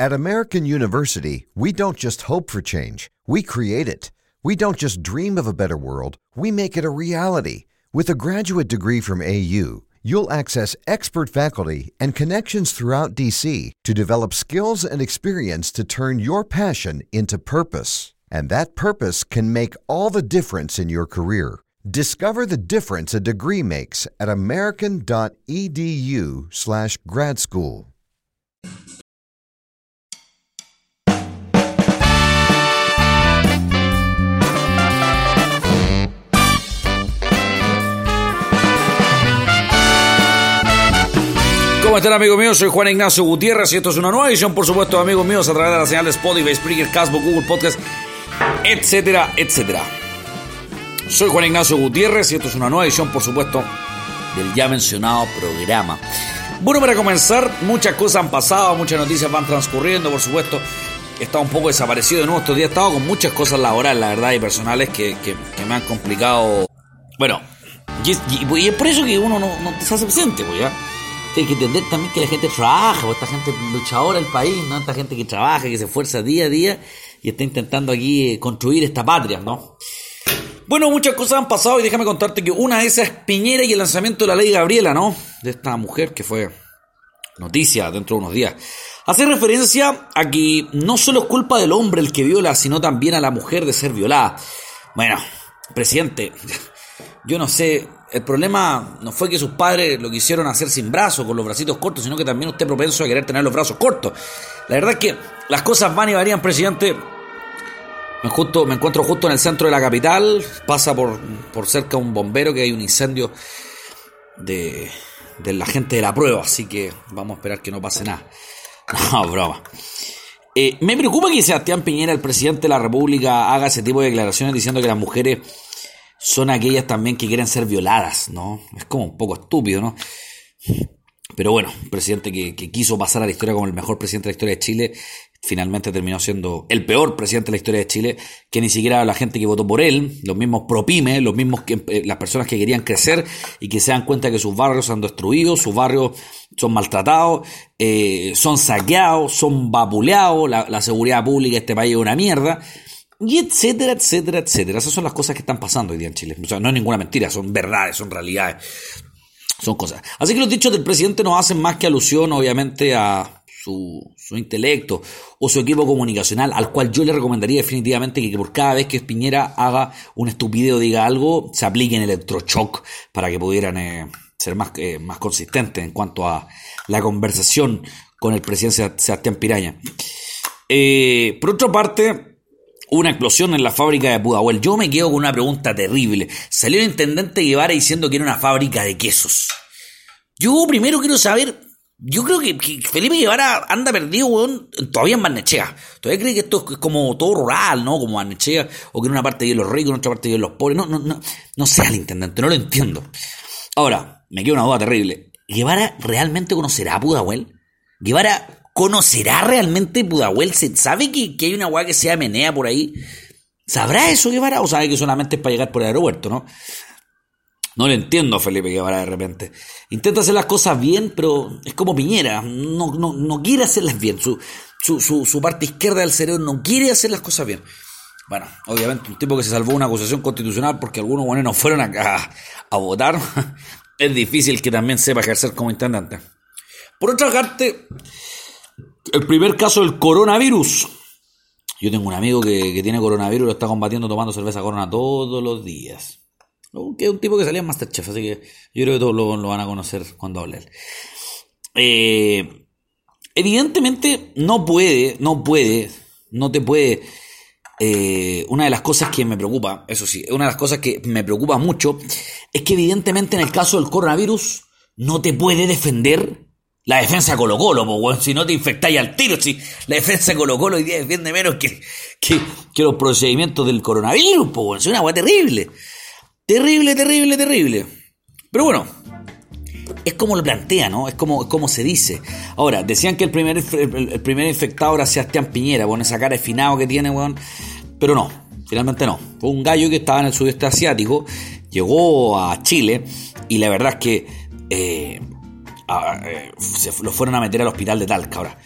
At American University, we don't just hope for change, we create it. We don't just dream of a better world, we make it a reality. With a graduate degree from AU, you'll access expert faculty and connections throughout DC to develop skills and experience to turn your passion into purpose. And that purpose can make all the difference in your career. Discover the difference a degree makes at american.edu/grad school. ¿Cómo están, amigos míos? Soy Juan Ignacio Gutiérrez y esto es una nueva edición, por supuesto, amigos míos, a través de la señal de Spotify, Spreaker, Castbox, Google Podcast, etcétera, etcétera. Soy Juan Ignacio Gutiérrez y esto es una nueva edición, por supuesto, del ya mencionado programa. Bueno, para comenzar, muchas cosas han pasado, muchas noticias van transcurriendo, por supuesto. He estado un poco desaparecido de nuevo estos días, he estado con muchas cosas laborales, la verdad, y personales que me han complicado. Bueno, y es por eso que uno no se hace presente, pues ya. Hay que entender también que la gente trabaja, esta gente luchadora del país, ¿no? Esta gente que trabaja, que se esfuerza día a día y está intentando aquí construir esta patria, ¿no? Bueno, muchas cosas han pasado y déjame contarte que una de esas es Piñera y el lanzamiento de la ley Gabriela, ¿no? De esta mujer que fue noticia dentro de unos días. Hace referencia a que no solo es culpa del hombre el que viola, sino también a la mujer de ser violada. Bueno, presidente, yo no sé, el problema no fue que sus padres lo quisieron hacer sin brazos, con los bracitos cortos, sino que también usted es propenso a querer tener los brazos cortos. La verdad es que las cosas van y varían, presidente. Me encuentro justo en el centro de la capital, pasa por cerca un bombero, que hay un incendio de la gente de la prueba, así que vamos a esperar que no pase nada. No, broma. Me preocupa que Sebastián Piñera, el presidente de la República, haga ese tipo de declaraciones diciendo que las mujeres son aquellas también que quieren ser violadas, ¿no? Es como un poco estúpido, ¿no? Pero bueno, un presidente que quiso pasar a la historia como el mejor presidente de la historia de Chile, finalmente terminó siendo el peor presidente de la historia de Chile, que ni siquiera la gente que votó por él, los mismos pro-pyme, los mismos las personas que querían crecer y que se dan cuenta que sus barrios se han destruido, sus barrios son maltratados, son saqueados, son vapuleados, la seguridad pública de este país es una mierda, y etcétera, etcétera, etcétera. Esas son las cosas que están pasando hoy día en Chile. O sea, no es ninguna mentira, son verdades, son realidades, son cosas. Así que los dichos del presidente no hacen más que alusión, obviamente, a su intelecto o su equipo comunicacional, al cual yo le recomendaría definitivamente que por cada vez que Piñera haga un estupidez o diga algo, se aplique en electroshock para que pudieran ser más consistentes en cuanto a la conversación con el presidente Sebastián Piraña. Por otra parte, una explosión en la fábrica de Pudahuel. Yo me quedo con una pregunta terrible. Salió el intendente Guevara diciendo que era una fábrica de quesos. Yo primero quiero saber, yo creo que Felipe Guevara anda perdido, weón, todavía en Barnechea. Todavía cree que esto es como todo rural, ¿no? Como Barnechea, o que en una parte viven los ricos, en otra parte viven los pobres. No sé al intendente, no lo entiendo. Ahora, me queda una duda terrible. ¿Guevara realmente conocerá a Pudahuel? ¿Guevara conocerá realmente Pudahuel? ¿Se sabe que hay una weá que se llama Menea por ahí? ¿Sabrá eso Guevara? ¿O sabe que solamente es para llegar por el aeropuerto, no? No le entiendo a Felipe Guevara de repente. Intenta hacer las cosas bien, pero es como Piñera. No quiere hacerlas bien. Su parte izquierda del cerebro no quiere hacer las cosas bien. Bueno, obviamente un tipo que se salvó una acusación constitucional porque algunos buenos no fueron a votar. Es difícil que también sepa ejercer como intendente. Por otra parte, el primer caso del coronavirus. Yo tengo un amigo que tiene coronavirus, lo está combatiendo tomando cerveza Corona todos los días. Que es un tipo que salía en Masterchef, así que yo creo que todos lo van a conocer cuando hable él. Evidentemente no te puede. Una de las cosas que me preocupa, eso sí, una de las cosas que me preocupa mucho es que evidentemente en el caso del coronavirus no te puede defender la defensa de Colo-Colo, po, weón. Si no te infectáis al tiro, si la defensa de Colo-Colo hoy día defiende menos que los procedimientos del coronavirus, po, weón. Es una weá terrible. Terrible. Pero bueno, es como lo plantea, ¿no? Es como se dice. Ahora, decían que el primer infectado era Sebastián Piñera, con esa cara de finado que tiene, weón. Pero no, finalmente no. Fue un gallo que estaba en el sudeste asiático, llegó a Chile y la verdad es que lo fueron a meter al hospital de Talca. Ahora,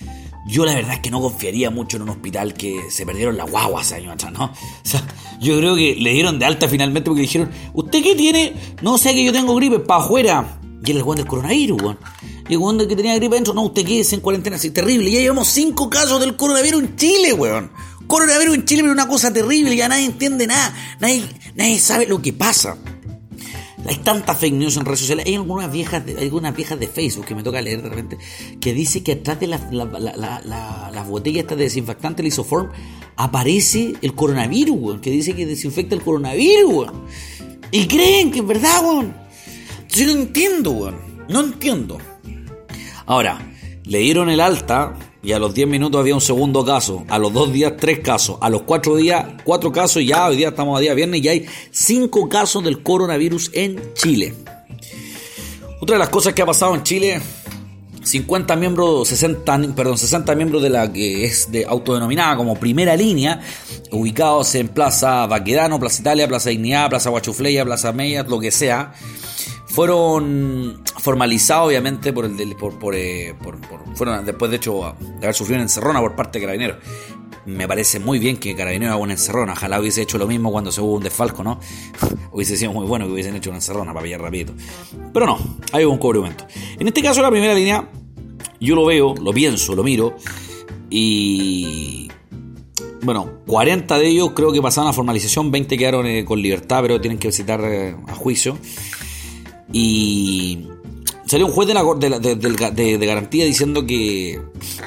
yo la verdad es que no confiaría mucho en un hospital que se perdieron la guagua hace años atrás, ¿no? O sea, yo creo que le dieron de alta finalmente porque dijeron, ¿usted qué tiene? No sé, que yo tengo gripe, para afuera. Y era el weón del coronavirus, weón. Y el weón que tenía gripe adentro, no, usted quédese en cuarentena, así terrible. Ya llevamos 5 casos del coronavirus en Chile, weón. Coronavirus en Chile, pero una cosa terrible, ya nadie entiende nada. Nadie sabe lo que pasa. Hay tanta fake news en redes sociales. Hay algunas viejas de Facebook que me toca leer de repente, que dice que atrás de las botellas estas de desinfectante, el Isoform, aparece el coronavirus, weón. Que dice que desinfecta el coronavirus, weón. Y creen que es verdad, weón. Yo no entiendo, weón. No entiendo. Ahora, le dieron el alta y a los 10 minutos había un segundo caso. A los 2 días, 3 casos. A los 4 días, 4 casos. Y ya hoy día estamos a día viernes y ya hay 5 casos del coronavirus en Chile. Otra de las cosas que ha pasado en Chile, 60 miembros de la que es autodenominada como primera línea, ubicados en Plaza Baquedano, Plaza Italia, Plaza Dignidad, Plaza Guachufleya, Plaza Mellas, lo que sea, fueron formalizados obviamente fueron después de hecho de haber sufrido una encerrona por parte de Carabineros. Me parece muy bien que Carabineros haga una encerrona. Ojalá hubiese hecho lo mismo cuando se hubo un desfalco, ¿no? Hubiese sido muy bueno que hubiesen hecho una encerrona para pillar rapidito. Pero no, hay un cubrimiento. En este caso la primera línea, yo lo veo, lo pienso, lo miro y... Bueno, 40 de ellos creo que pasaron a formalización, 20 quedaron con libertad, pero tienen que visitar a juicio. Y salió un juez de garantía diciendo que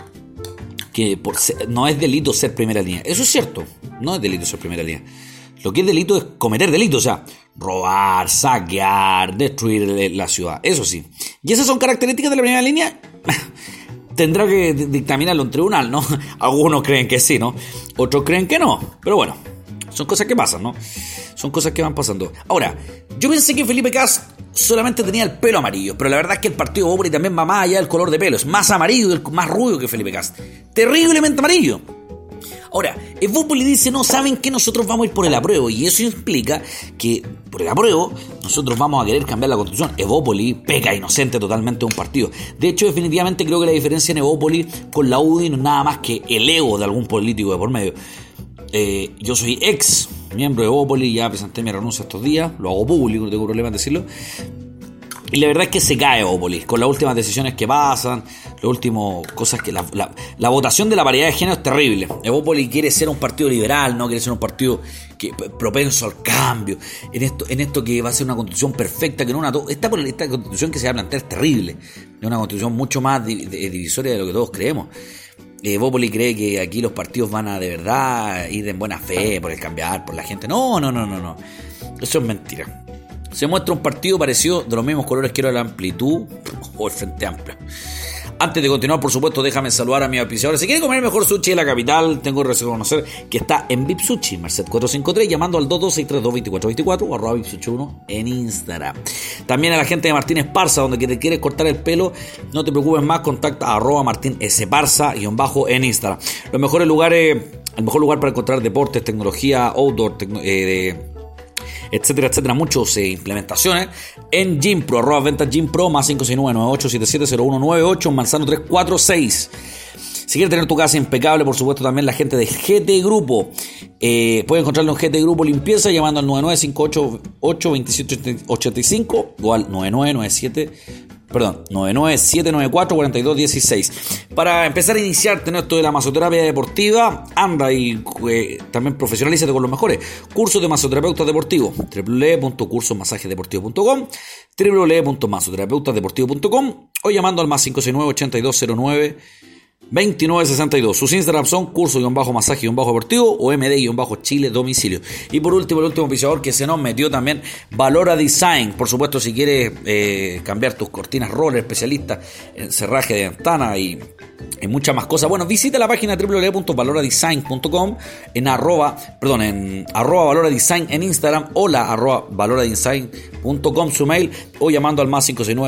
no es delito ser primera línea. Eso es cierto, no es delito ser primera línea. Lo que es delito es cometer delito, o sea, robar, saquear, destruir la ciudad, eso sí. Y esas son características de la primera línea. Tendrá que dictaminarlo un tribunal, ¿no? Algunos creen que sí, ¿no? Otros creen que no, pero bueno, son cosas que pasan, ¿no? Son cosas que van pasando. Ahora, yo pensé que Felipe Kast solamente tenía el pelo amarillo, pero la verdad es que el partido Evópoli también va más allá del color de pelo. Es más amarillo y más rubio que Felipe Kast. Terriblemente amarillo. Ahora, Evópoli dice, no, ¿saben que nosotros vamos a ir por el apruebo? Y eso implica que por el apruebo nosotros vamos a querer cambiar la constitución. Evópoli peca inocente totalmente de un partido. De hecho, definitivamente creo que la diferencia en Evópoli con la UDI no es nada más que el ego de algún político de por medio. Yo soy ex miembro de Evópoli, ya presenté mi renuncia estos días, lo hago público, no tengo problema en decirlo. Y la verdad es que se cae Evópoli con las últimas decisiones que pasan, las últimas cosas que la votación de la paridad de género es terrible. Evópoli quiere ser un partido liberal, no quiere ser un partido propenso al cambio. En esto que va a ser una constitución perfecta, que no esta constitución que se va a plantear es terrible, es una constitución mucho más divisoria de lo que todos creemos. Evópoli cree que aquí los partidos van a de verdad ir en buena fe por el cambiar, por la gente. No. Eso es mentira. Se muestra un partido parecido de los mismos colores que era la Amplitud o el Frente Amplio. Antes de continuar, por supuesto, déjame saludar a mis auspiciadores. Si quieren comer el mejor sushi de la capital, tengo que reconocer que está en VIP Sushi, Merced 453, llamando al 2263-224-24 o @ VIP-1 en Instagram. También a la gente de Martín Esparza, donde te quieres cortar el pelo, no te preocupes más, contacta a @MartínEsparza _ en Instagram. El mejor lugar para encontrar deportes, tecnología, outdoor, etcétera, muchas implementaciones en Gympro, @ventas Gympro, más 569-9877-0198, Manzano 346. Si quieres tener tu casa impecable, por supuesto, también la gente de GT Grupo. Puedes encontrarlo en GT Grupo Limpieza llamando al 9958-2785 o al 99794-4216. Para empezar a iniciarte en esto de la masoterapia deportiva, anda y también profesionalízate con los mejores cursos de masoterapeutas deportivos. www.cursosmasajesdeportivos.com, www.masoterapeutasdeportivos.com o llamando al más 569-8209-2962. Sus Instagram son curso-masaje-deportivo o md-chile domicilio. Y por último, el último auspiciador que se nos metió también, Valora Design. Por supuesto, si quieres cambiar tus cortinas roller, especialistas en cerraje de ventana y muchas más cosas, bueno, visita la página www.valoradesign.com en @valoradesign en Instagram o la @valoradesign.com su mail o llamando al más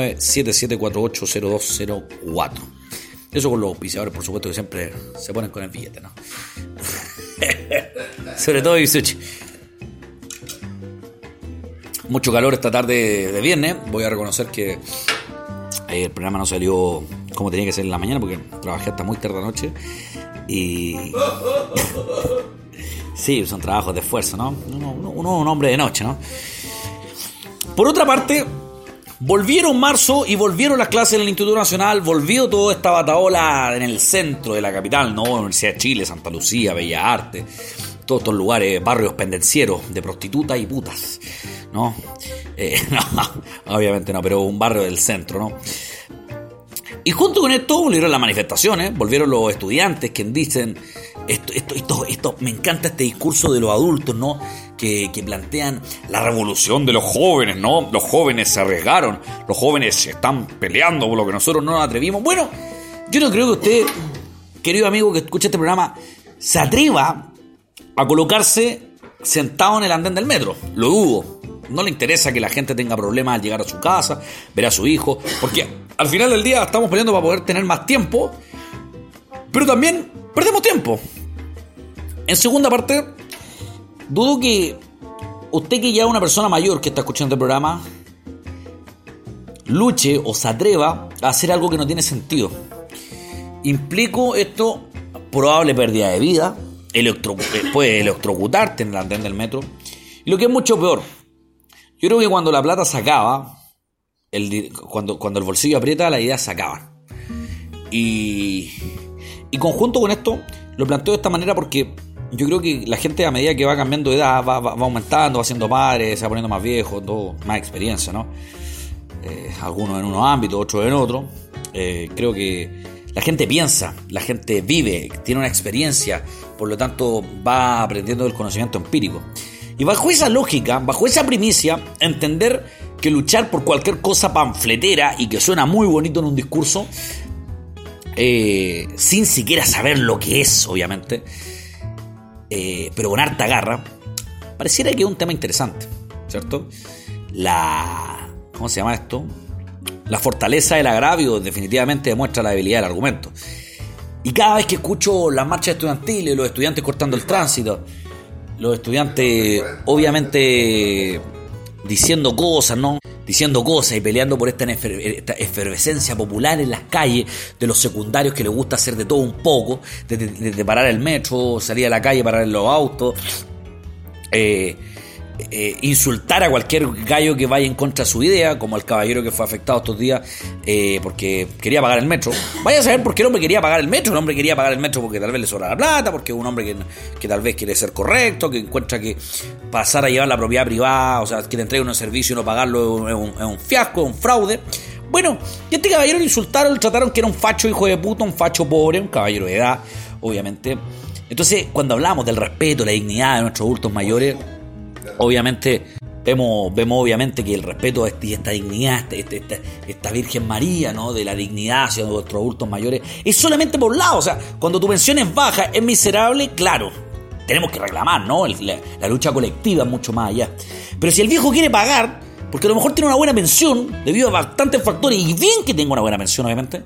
569-7748-0204. Eso con los auspiciadores, por supuesto, que siempre se ponen con el billete, ¿no? Sobre todo Isuchi. Mucho calor esta tarde de viernes. Voy a reconocer que el programa no salió como tenía que ser en la mañana, porque trabajé hasta muy tarde de noche. Y sí, son trabajos de esfuerzo, ¿no? Uno es un hombre de noche, ¿no? Por otra parte, volvieron marzo y volvieron las clases en el Instituto Nacional, volvió toda esta bataola en el centro de la capital, ¿no? Universidad de Chile, Santa Lucía, Bellas Artes, todos estos lugares, barrios pendencieros de prostitutas y putas, ¿no? No, obviamente no, pero un barrio del centro, ¿no? Y junto con esto volvieron las manifestaciones, volvieron los estudiantes que dicen, esto, me encanta este discurso de los adultos, ¿no? Que plantean la revolución de los jóvenes, ¿no? Los jóvenes se arriesgaron, los jóvenes se están peleando por lo que nosotros no nos atrevimos. Bueno, yo no creo que usted, querido amigo que escucha este programa, se atreva a colocarse sentado en el andén del metro. Lo dudo. No le interesa que la gente tenga problemas al llegar a su casa, ver a su hijo, porque al final del día estamos peleando para poder tener más tiempo, pero también perdemos tiempo. En segunda parte, dudo que usted, que ya es una persona mayor que está escuchando el programa, luche o se atreva a hacer algo que no tiene sentido. Implico esto, probable pérdida de vida, puede electrocutarte en el andén del metro, y lo que es mucho peor, yo creo que cuando la plata se acaba, cuando el bolsillo aprieta, las ideas se acaban. Y conjunto con esto, lo planteo de esta manera porque yo creo que la gente, a medida que va cambiando de edad, va aumentando, va siendo padre, se va poniendo más viejo, todo, más experiencia, ¿no? Algunos en unos ámbitos, otros en otros. Creo que la gente piensa, la gente vive, tiene una experiencia, por lo tanto va aprendiendo del conocimiento empírico. Y bajo esa lógica, bajo esa primicia, entender que luchar por cualquier cosa panfletera y que suena muy bonito en un discurso, sin siquiera saber lo que es, obviamente, pero con harta garra, pareciera que es un tema interesante, ¿cierto? ¿Cómo se llama esto? La fortaleza del agravio definitivamente demuestra la debilidad del argumento. Y cada vez que escucho las marchas estudiantiles, los estudiantes cortando el tránsito, los estudiantes obviamente diciendo cosas, ¿no? Diciendo cosas y peleando por esta efervescencia popular en las calles de los secundarios que les gusta hacer de todo un poco, de parar el metro, salir a la calle, parar los autos, insultar a cualquier gallo que vaya en contra de su idea, como el caballero que fue afectado estos días porque quería pagar el metro. Vaya a saber por qué el hombre quería pagar el metro. El hombre quería pagar el metro porque tal vez le sobra la plata, porque es un hombre que tal vez quiere ser correcto, que encuentra que pasar a llevar la propiedad privada, o sea, que te entreguen un servicio y no pagarlo es un fiasco, es un fraude. Bueno, y este caballero lo insultaron, lo trataron que era un facho hijo de puta, un facho pobre, un caballero de edad, obviamente. Entonces, cuando hablamos del respeto, la dignidad de nuestros adultos mayores, obviamente vemos obviamente que el respeto a esta dignidad, esta Virgen María, ¿no? De la dignidad hacia nuestros adultos mayores, es solamente por un lado. O sea, cuando tu pensión es baja, es miserable, claro, tenemos que reclamar, ¿no? La lucha colectiva es mucho más allá. Pero si el viejo quiere pagar, porque a lo mejor tiene una buena pensión, debido a bastantes factores, y bien que tenga una buena pensión, obviamente,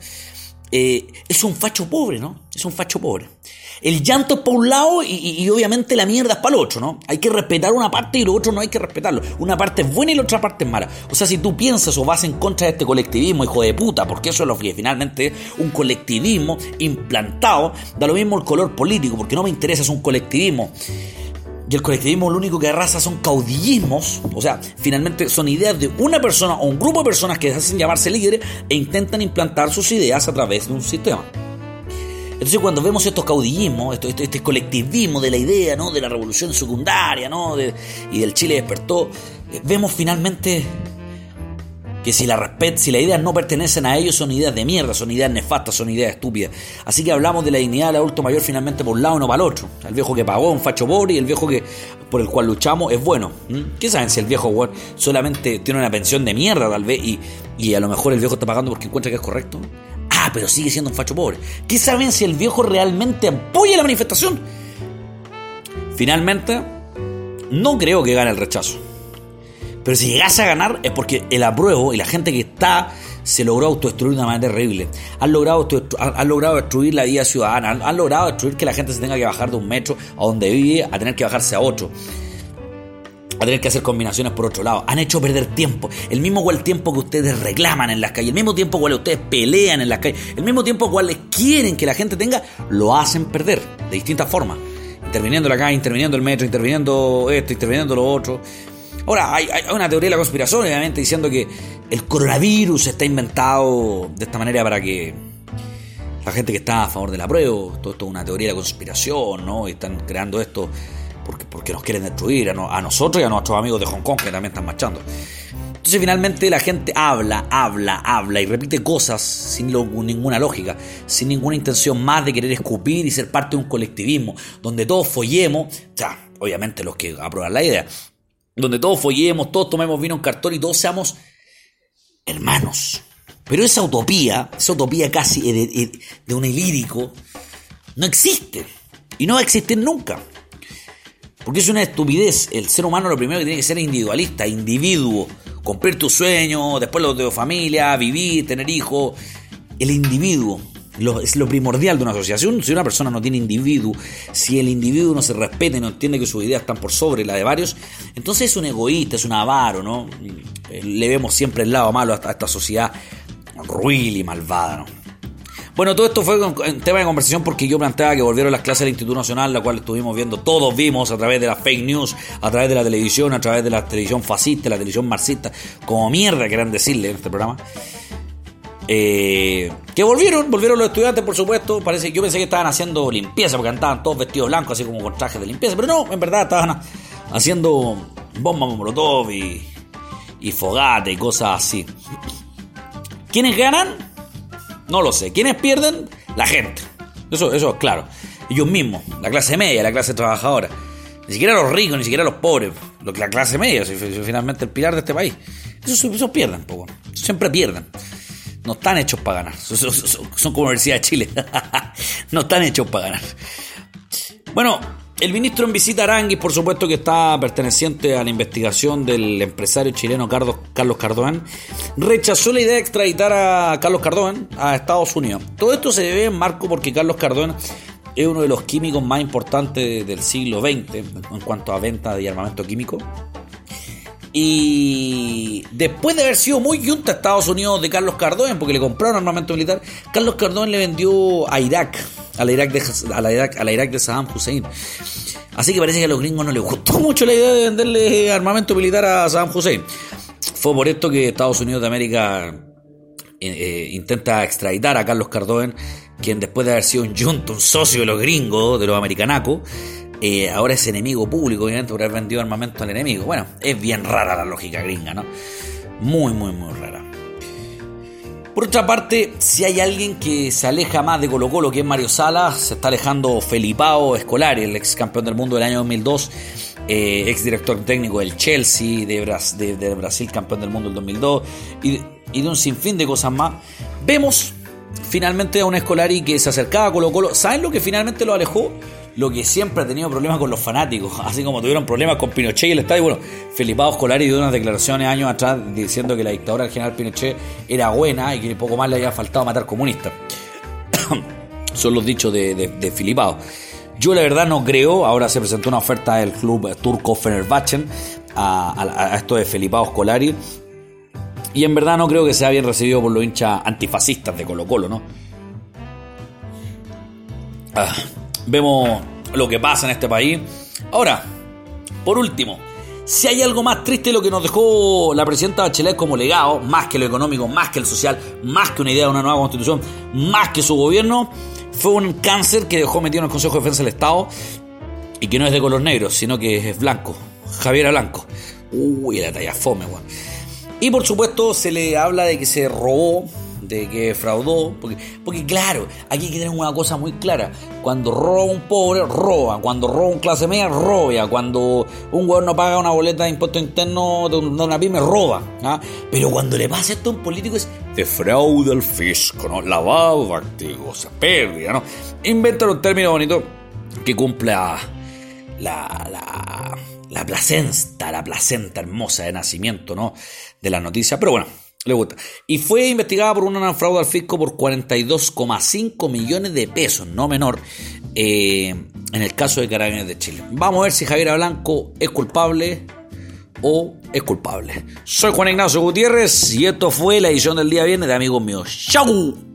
es un facho pobre, ¿no? Es un facho pobre. El llanto es para un lado y obviamente la mierda es para el otro, ¿no? Hay que respetar una parte y lo otro no hay que respetarlo. Una parte es buena y la otra parte es mala. O sea, si tú piensas o vas en contra de este colectivismo, hijo de puta, porque eso es lo que finalmente es un colectivismo implantado, da lo mismo el color político, porque no me interesa, es un colectivismo. Y el colectivismo lo único que arrasa son caudillismos, o sea, finalmente son ideas de una persona o un grupo de personas que se hacen llamarse líderes e intentan implantar sus ideas a través de un sistema. Entonces, cuando vemos estos caudillismos, este colectivismo de la idea, ¿no? De la revolución secundaria, ¿no? Y del Chile despertó, vemos finalmente que si las ideas no pertenecen a ellos, son ideas de mierda, son ideas nefastas, son ideas estúpidas. Así que hablamos de la dignidad del adulto mayor finalmente por un lado y no para el otro. El viejo que pagó es un facho pobre y el viejo por el cual luchamos es bueno. ¿Qué saben si el viejo solamente tiene una pensión de mierda tal vez y a lo mejor el viejo está pagando porque encuentra que es correcto? Ah, pero sigue siendo un facho pobre. ¿Qué saben si el viejo realmente apoya la manifestación? Finalmente, no creo que gane el rechazo. Pero si llegase a ganar es porque el apruebo y la gente que está se logró autodestruir de una manera terrible. Han logrado destruir la vida ciudadana. Han logrado destruir que la gente se tenga que bajar de un metro a donde vive a tener que bajarse a otro. a tener que hacer combinaciones por otro lado. Han hecho perder tiempo, el mismo cual tiempo que ustedes reclaman en las calles, el mismo tiempo cual ustedes pelean en las calles, el mismo tiempo cual quieren que la gente tenga, lo hacen perder de distintas formas, interviniendo la calle, interviniendo el metro, interviniendo esto, interviniendo lo otro. Ahora, hay una teoría de la conspiración, obviamente, diciendo que el coronavirus está inventado de esta manera para que la gente que está a favor del apruebo, todo esto es una teoría de la conspiración, ¿no? Y están creando esto porque nos quieren destruir a nosotros y a nuestros amigos de Hong Kong que también están marchando. Entonces finalmente la gente habla y repite cosas sin ninguna lógica, sin ninguna intención más de querer escupir y ser parte de un colectivismo donde todos follemos, o sea, obviamente los que aprueban la idea, donde todos follemos, todos tomemos vino en cartón y todos seamos hermanos. Pero esa utopía casi de un ilírico no existe y no va a existir nunca. Porque es una estupidez. El ser humano lo primero que tiene que ser es individualista, individuo. Cumplir tus sueños, después los de familia, vivir, tener hijos. El individuo es lo primordial de una sociedad. Si una persona no tiene individuo, si el individuo no se respeta y no entiende que sus ideas están por sobre la de varios, entonces es un egoísta, es un avaro, ¿no? Le vemos siempre el lado malo a esta sociedad ruin y malvada, ¿no? Bueno, todo esto fue un tema de conversación porque yo planteaba que volvieron las clases del Instituto Nacional, la cual estuvimos viendo, todos vimos a través de las fake news, a través de la televisión, a través de la televisión fascista, la televisión marxista, como mierda quieran decirle en este programa. Que volvieron los estudiantes, por supuesto. Yo pensé que estaban haciendo limpieza porque andaban todos vestidos blancos, así como con trajes de limpieza, pero no, en verdad estaban haciendo bombas molotov y fogata y cosas así. ¿Quiénes ganan? No lo sé. ¿Quiénes pierden? La gente. Eso es claro. Ellos mismos, la clase media, la clase trabajadora. Ni siquiera los ricos, ni siquiera los pobres. La clase media, es finalmente el pilar de este país. Esos pierden, poco. Siempre pierden. No están hechos para ganar. Son como la Universidad de Chile. No están hechos para ganar. Bueno, el ministro en visita a Aranguis, por supuesto que está perteneciente a la investigación del empresario chileno Carlos Cardoan, rechazó la idea de extraditar a Carlos Cardoan a Estados Unidos. Todo esto se debe en marco porque Carlos Cardoan es uno de los químicos más importantes del siglo XX en cuanto a venta de armamento químico. Y después de haber sido muy yunta a Estados Unidos de Carlos Cardoan, porque le compraron armamento militar, Carlos Cardoan le vendió a Irak, a la Irak de Saddam Hussein. Así que parece que a los gringos no les gustó mucho la idea de venderle armamento militar a Saddam Hussein. Fue por esto que Estados Unidos de América intenta extraditar a Carlos Cardoan, quien después de haber sido un yunta, un socio de los gringos, de los americanacos, ahora es enemigo público, obviamente, por haber vendido armamento al enemigo. Bueno, es bien rara la lógica gringa, ¿no? Muy, muy, muy rara. Por otra parte, si hay alguien que se aleja más de Colo-Colo, que es Mario Salas, se está alejando Felipao Scolari, el ex campeón del mundo del año 2002, ex director técnico del Chelsea, de Brasil, campeón del mundo del 2002, y de un sinfín de cosas más. Vemos finalmente a un Scolari que se acercaba a Colo-Colo. ¿Saben lo que finalmente lo alejó? Lo que siempre ha tenido problemas con los fanáticos, así como tuvieron problemas con Pinochet y el estadio. Bueno, Felipao Scolari dio unas declaraciones años atrás diciendo que la dictadura del general Pinochet era buena y que poco más le había faltado matar comunistas. Son los dichos de Felipao. Yo la verdad no creo. Ahora se presentó una oferta del club turco Fenerbahçe a esto de Felipao Scolari, y en verdad no creo que sea bien recibido por los hinchas antifascistas de Colo-Colo, ¿no? Vemos lo que pasa en este país. Ahora, por último, si hay algo más triste de lo que nos dejó la presidenta Bachelet como legado, más que lo económico, más que el social, más que una idea de una nueva constitución, más que su gobierno, fue un cáncer que dejó metido en el Consejo de Defensa del Estado, y que no es de color negro, sino que es blanco. Javiera Blanco. Uy, la talla fome, weón. Y por supuesto se le habla de que se robó, de que defraudó, porque claro, aquí hay que tener una cosa muy clara. Cuando roba un pobre, roba. Cuando roba un clase media, roba. Cuando un hueón no paga una boleta de impuesto interno de una pyme, roba, ¿ah? Pero cuando le pasa esto a un político es defrauda al fisco, ¿no? Lavado de activos, pérdida, ¿no? Inventan un término bonito que cumpla la placenta hermosa de nacimiento, ¿no? De la noticia, pero bueno, le gusta. Y fue investigada por una fraude al fisco por 42,5 millones de pesos, no menor, en el caso de Carabineros de Chile. Vamos a ver si Javiera Blanco es culpable o es culpable. Soy Juan Ignacio Gutiérrez y esto fue la edición del día viernes de Amigos Míos. ¡Chau!